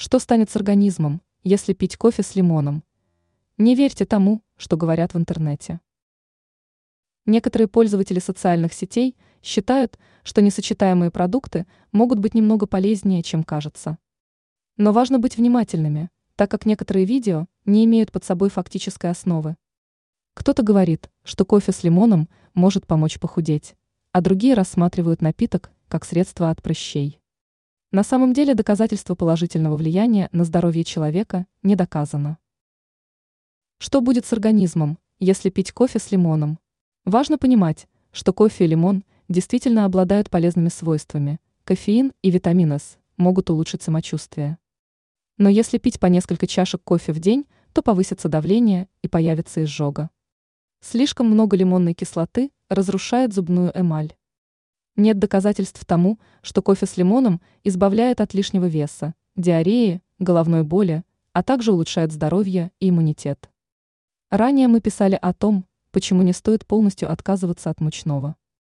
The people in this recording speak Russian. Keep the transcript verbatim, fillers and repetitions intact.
Что станет с организмом, если пить кофе с лимоном? Не верьте тому, что говорят в интернете. Некоторые пользователи социальных сетей считают, что несочетаемые продукты могут быть немного полезнее, чем кажется. Но важно быть внимательными, так как некоторые видео не имеют под собой фактической основы. Кто-то говорит, что кофе с лимоном может помочь похудеть, а другие рассматривают напиток как средство от прыщей. На самом деле доказательство положительного влияния на здоровье человека не доказано. Что будет с организмом, если пить кофе с лимоном? Важно понимать, что кофе и лимон действительно обладают полезными свойствами. Кофеин и витамин С могут улучшить самочувствие. Но если пить по несколько чашек кофе в день, то повысится давление и появится изжога. Слишком много лимонной кислоты разрушает зубную эмаль. Нет доказательств тому, что кофе с лимоном избавляет от лишнего веса, диареи, головной боли, а также улучшает здоровье и иммунитет. Ранее мы писали о том, почему не стоит полностью отказываться от мучного.